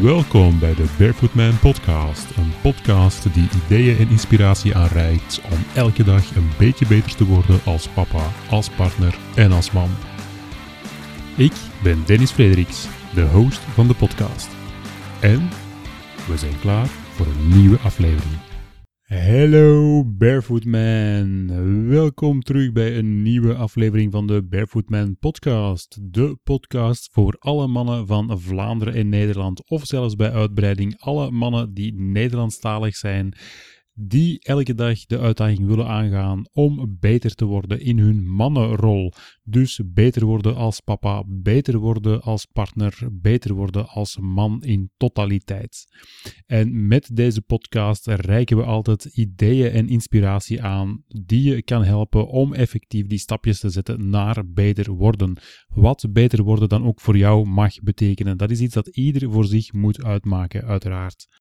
Welkom bij de Barefoot Man podcast. Een podcast die ideeën en inspiratie aanreikt om elke dag een beetje beter te worden als papa, als partner en als man. Ik ben Dennis Frederiks, de host van de podcast. En we zijn klaar voor een nieuwe aflevering. Hallo Barefoot Man, welkom terug bij een nieuwe aflevering van de Barefoot Man podcast. De podcast voor alle mannen van Vlaanderen en Nederland, of zelfs bij uitbreiding alle mannen die Nederlandstalig zijn, die elke dag de uitdaging willen aangaan om beter te worden in hun mannenrol. Dus beter worden als papa, beter worden als partner, beter worden als man in totaliteit. En met deze podcast reiken we altijd ideeën en inspiratie aan die je kan helpen om effectief die stapjes te zetten naar beter worden. Wat beter worden dan ook voor jou mag betekenen. Dat is iets dat ieder voor zich moet uitmaken, uiteraard.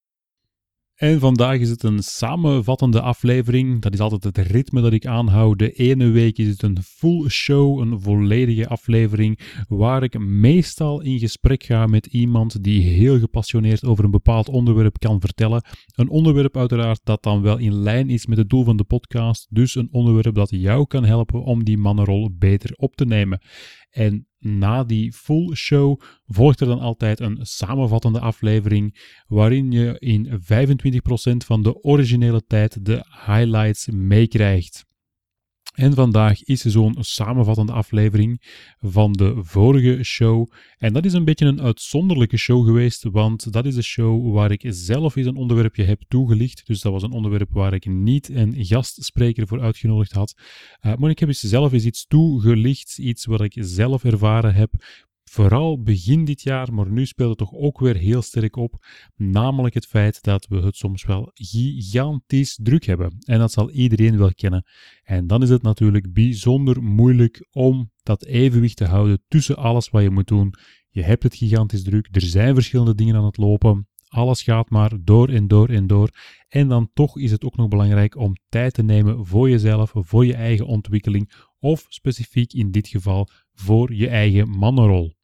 En vandaag is het een samenvattende aflevering. Dat is altijd het ritme dat ik aanhoud. De ene week is het een full show, een volledige aflevering, waar ik meestal in gesprek ga met iemand die heel gepassioneerd over een bepaald onderwerp kan vertellen. Een onderwerp uiteraard dat dan wel in lijn is met het doel van de podcast. Dus een onderwerp dat jou kan helpen om die mannenrol beter op te nemen. En na die full show volgt er dan altijd een samenvattende aflevering waarin je in 25% van de originele tijd de highlights meekrijgt. En vandaag is er zo'n samenvattende aflevering van de vorige show. En dat is een beetje een uitzonderlijke show geweest, want dat is de show waar ik zelf eens een onderwerpje heb toegelicht. Dus dat was een onderwerp waar ik niet een gastspreker voor uitgenodigd had. Maar ik heb zelf eens iets toegelicht, iets wat ik zelf ervaren heb. Vooral begin dit jaar, maar nu speelt het toch ook weer heel sterk op. Namelijk het feit dat we het soms wel gigantisch druk hebben. En dat zal iedereen wel kennen. En dan is het natuurlijk bijzonder moeilijk om dat evenwicht te houden tussen alles wat je moet doen. Je hebt het gigantisch druk, er zijn verschillende dingen aan het lopen. Alles gaat maar door en door en door. En dan toch is het ook nog belangrijk om tijd te nemen voor jezelf, voor je eigen ontwikkeling. Of specifiek in dit geval voor je eigen mannenrol.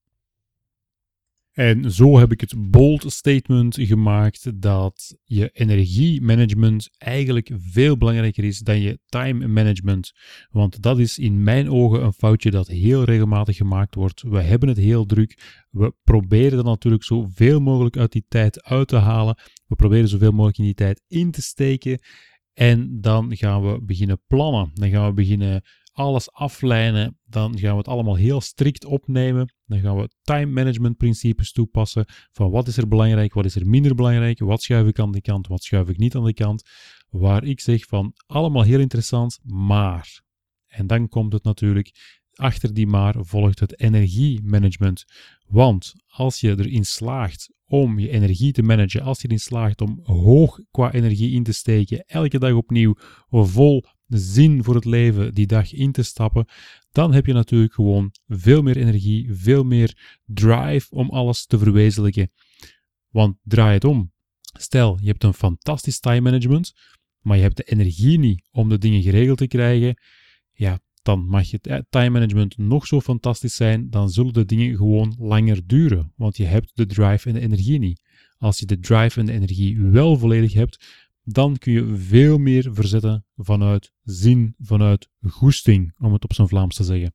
En zo heb ik het bold statement gemaakt dat je energiemanagement eigenlijk veel belangrijker is dan je time management. Want dat is in mijn ogen een foutje dat heel regelmatig gemaakt wordt. We hebben het heel druk. We proberen er natuurlijk zoveel mogelijk uit die tijd uit te halen. We proberen zoveel mogelijk in die tijd in te steken. En dan gaan we beginnen plannen. Dan gaan we beginnen alles aflijnen, dan gaan we het allemaal heel strikt opnemen. Dan gaan we time management principes toepassen van wat is er belangrijk, wat is er minder belangrijk, wat schuif ik aan de kant, wat schuif ik niet aan de kant. Waar ik zeg van allemaal heel interessant, maar. En dan komt het natuurlijk, achter die maar volgt het energiemanagement. Want als je erin slaagt om je energie te managen, als je erin slaagt om hoog qua energie in te steken, elke dag opnieuw vol zin voor het leven die dag in te stappen, dan heb je natuurlijk gewoon veel meer energie, veel meer drive om alles te verwezenlijken. Want draai het om. Stel, je hebt een fantastisch time management, maar je hebt de energie niet om de dingen geregeld te krijgen, ja, dan mag je time management nog zo fantastisch zijn, dan zullen de dingen gewoon langer duren, want je hebt de drive en de energie niet. Als je de drive en de energie wel volledig hebt, dan kun je veel meer verzetten vanuit zin, vanuit goesting, om het op zijn Vlaams te zeggen.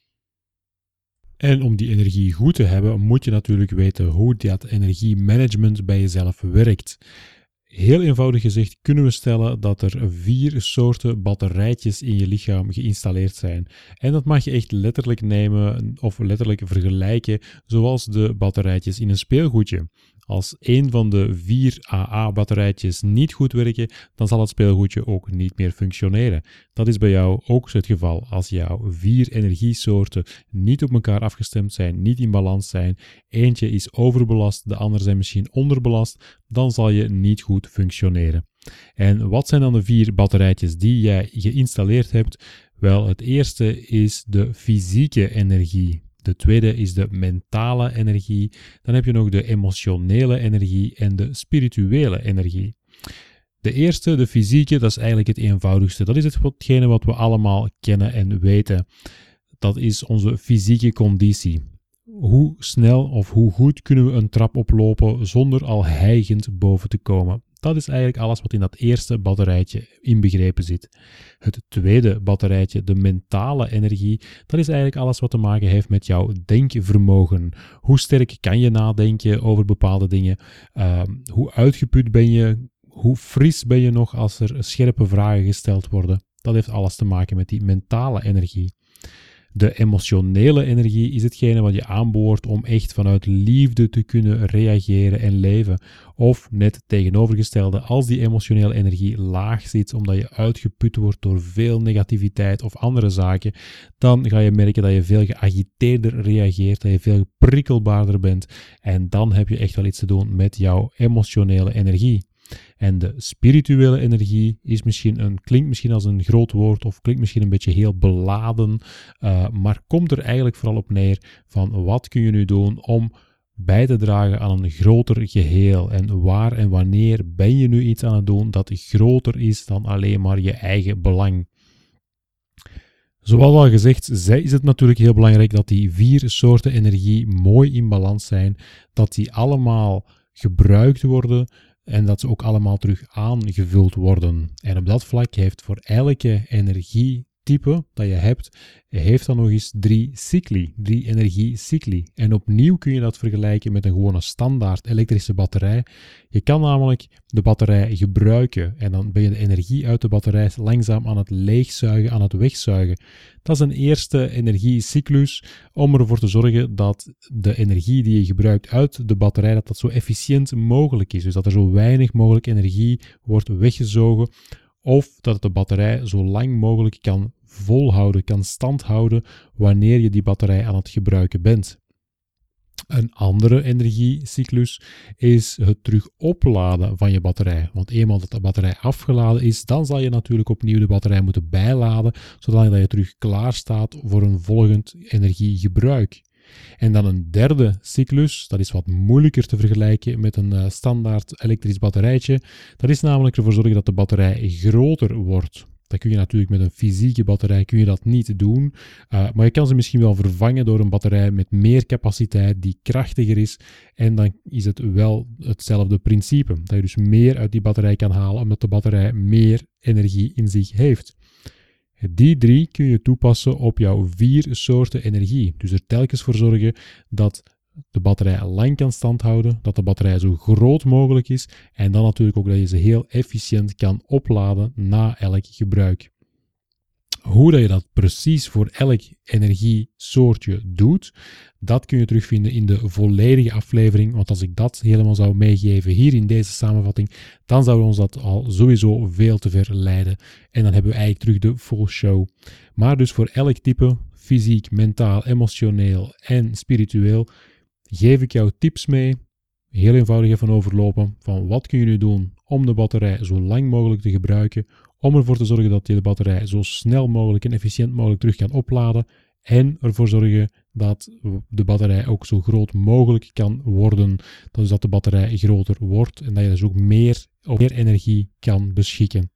En om die energie goed te hebben, moet je natuurlijk weten hoe dat energiemanagement bij jezelf werkt. Heel eenvoudig gezegd kunnen we stellen dat er 4 soorten batterijtjes in je lichaam geïnstalleerd zijn. En dat mag je echt letterlijk nemen of letterlijk vergelijken zoals de batterijtjes in een speelgoedje. Als een van de 4 AA-batterijtjes niet goed werken, dan zal het speelgoedje ook niet meer functioneren. Dat is bij jou ook het geval. Als jouw 4 energiesoorten niet op elkaar afgestemd zijn, niet in balans zijn, eentje is overbelast, de andere zijn misschien onderbelast, dan zal je niet goed functioneren. En wat zijn dan de 4 batterijtjes die jij geïnstalleerd hebt? Wel, het eerste is de fysieke energie. De tweede is de mentale energie. Dan heb je nog de emotionele energie en de spirituele energie. De eerste, de fysieke, dat is eigenlijk het eenvoudigste. Dat is hetgene wat we allemaal kennen en weten. Dat is onze fysieke conditie. hoe snel of hoe goed kunnen we een trap oplopen zonder al hijgend boven te komen. Dat is eigenlijk alles wat in dat eerste batterijtje inbegrepen zit. Het tweede batterijtje, de mentale energie, dat is eigenlijk alles wat te maken heeft met jouw denkvermogen. Hoe sterk kan je nadenken over bepaalde dingen? Hoe uitgeput ben je? Hoe fris ben je nog als er scherpe vragen gesteld worden? Dat heeft alles te maken met die mentale energie. De emotionele energie is hetgene wat je aanboort om echt vanuit liefde te kunnen reageren en leven. Of net tegenovergestelde, als die emotionele energie laag zit omdat je uitgeput wordt door veel negativiteit of andere zaken, dan ga je merken dat je veel geagiteerder reageert, dat je veel prikkelbaarder bent en dan heb je echt wel iets te doen met jouw emotionele energie. En de spirituele energie klinkt misschien als een groot woord of klinkt misschien een beetje heel beladen, maar komt er eigenlijk vooral op neer van wat kun je nu doen om bij te dragen aan een groter geheel en waar en wanneer ben je nu iets aan het doen dat groter is dan alleen maar je eigen belang. Zoals al gezegd, is het natuurlijk heel belangrijk dat die 4 soorten energie mooi in balans zijn, dat die allemaal gebruikt worden en dat ze ook allemaal terug aangevuld worden. En op dat vlak heeft voor elke energietype dat je hebt, heeft dan nog eens 3 energiecycli. En opnieuw kun je dat vergelijken met een gewone standaard elektrische batterij. Je kan namelijk de batterij gebruiken en dan ben je de energie uit de batterij langzaam aan het leegzuigen, aan het wegzuigen. Dat is een eerste energiecyclus om ervoor te zorgen dat de energie die je gebruikt uit de batterij, dat zo efficiënt mogelijk is. Dus dat er zo weinig mogelijk energie wordt weggezogen of dat de batterij zo lang mogelijk kan volhouden, kan standhouden wanneer je die batterij aan het gebruiken bent. Een andere energiecyclus is het terug opladen van je batterij. Want eenmaal dat de batterij afgeladen is, dan zal je natuurlijk opnieuw de batterij moeten bijladen, zodat je terug klaar staat voor een volgend energiegebruik. En dan een derde cyclus, dat is wat moeilijker te vergelijken met een standaard elektrisch batterijtje. Dat is namelijk ervoor zorgen dat de batterij groter wordt. Dat kun je natuurlijk met een fysieke batterij niet doen, maar je kan ze misschien wel vervangen door een batterij met meer capaciteit, die krachtiger is. En dan is het wel hetzelfde principe, dat je dus meer uit die batterij kan halen, omdat de batterij meer energie in zich heeft. Die 3 kun je toepassen op jouw 4 soorten energie. Dus er telkens voor zorgen dat de batterij lang kan standhouden, dat de batterij zo groot mogelijk is en dan natuurlijk ook dat je ze heel efficiënt kan opladen na elk gebruik. Hoe dat je dat precies voor elk energiesoortje doet, dat kun je terugvinden in de volledige aflevering, want als ik dat helemaal zou meegeven hier in deze samenvatting, dan zou ons dat al sowieso veel te ver leiden en dan hebben we eigenlijk terug de full show. Maar dus voor elk type, fysiek, mentaal, emotioneel en spiritueel, geef ik jou tips mee, heel eenvoudig even overlopen, van wat kun je nu doen om de batterij zo lang mogelijk te gebruiken, om ervoor te zorgen dat je de batterij zo snel mogelijk en efficiënt mogelijk terug kan opladen en ervoor zorgen dat de batterij ook zo groot mogelijk kan worden, dus dat de batterij groter wordt en dat je dus ook meer energie kan beschikken.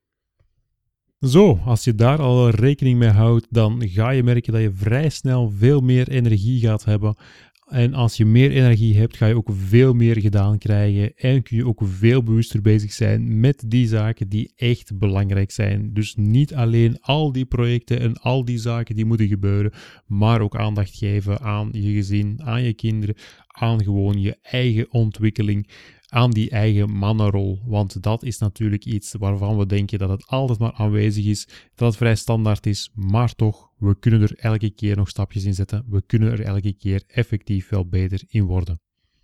Zo, als je daar al rekening mee houdt, dan ga je merken dat je vrij snel veel meer energie gaat hebben. En als je meer energie hebt, ga je ook veel meer gedaan krijgen en kun je ook veel bewuster bezig zijn met die zaken die echt belangrijk zijn. Dus niet alleen al die projecten en al die zaken die moeten gebeuren, maar ook aandacht geven aan je gezin, aan je kinderen, aan gewoon je eigen ontwikkeling, aan die eigen mannenrol. Want dat is natuurlijk iets waarvan we denken dat het altijd maar aanwezig is, dat het vrij standaard is, maar toch, we kunnen er elke keer nog stapjes in zetten. We kunnen er elke keer effectief wel beter in worden.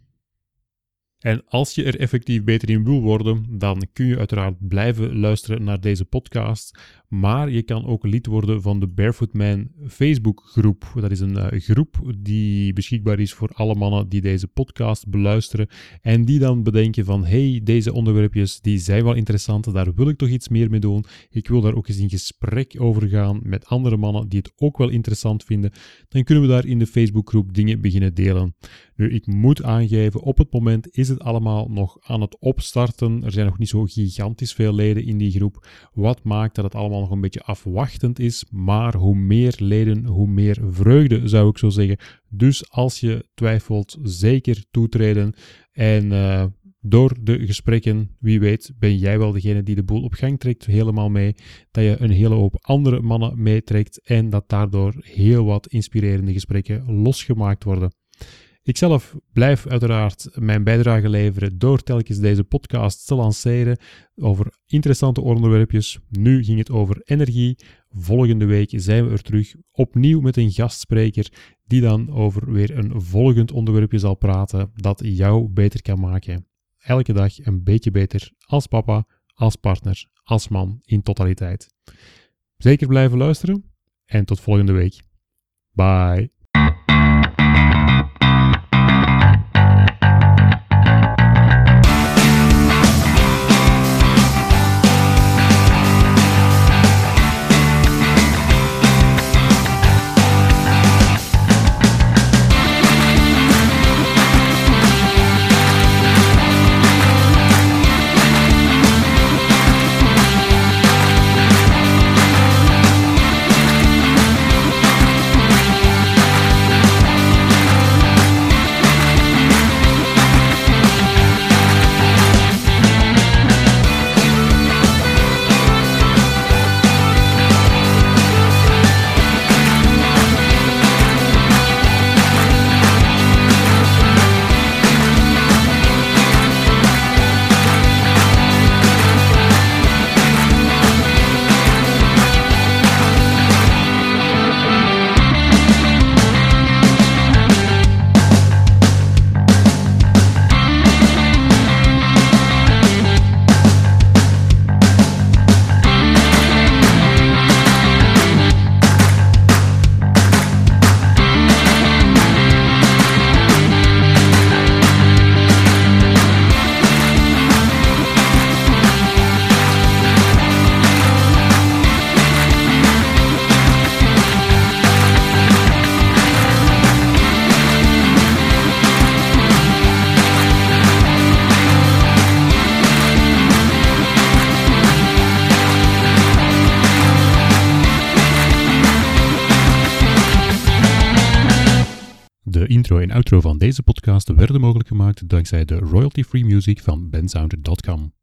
En als je er effectief beter in wil worden, dan kun je uiteraard blijven luisteren naar deze podcast. Maar je kan ook lid worden van de Barefoot Man Facebookgroep. Dat is een groep die beschikbaar is voor alle mannen die deze podcast beluisteren. En die dan bedenken van, hey, deze onderwerpjes die zijn wel interessant, daar wil ik toch iets meer mee doen. Ik wil daar ook eens in gesprek over gaan met andere mannen die het ook wel interessant vinden. Dan kunnen we daar in de Facebookgroep dingen beginnen delen. Nu, ik moet aangeven, op het moment is het allemaal nog aan het opstarten. Er zijn nog niet zo gigantisch veel leden in die groep, wat maakt dat het allemaal nog een beetje afwachtend is. Maar hoe meer leden, hoe meer vreugde, zou ik zo zeggen. Dus als je twijfelt, zeker toetreden. En door de gesprekken, wie weet, ben jij wel degene die de boel op gang trekt, helemaal mee. Dat je een hele hoop andere mannen meetrekt en dat daardoor heel wat inspirerende gesprekken losgemaakt worden. Ikzelf blijf uiteraard mijn bijdrage leveren door telkens deze podcast te lanceren over interessante onderwerpjes. Nu ging het over energie. Volgende week zijn we er terug opnieuw met een gastspreker die dan over weer een volgend onderwerpje zal praten dat jou beter kan maken. Elke dag een beetje beter als papa, als partner, als man in totaliteit. Zeker blijven luisteren en tot volgende week. Bye. De intro en outro van deze podcast werden mogelijk gemaakt dankzij de royalty-free music van bensound.com.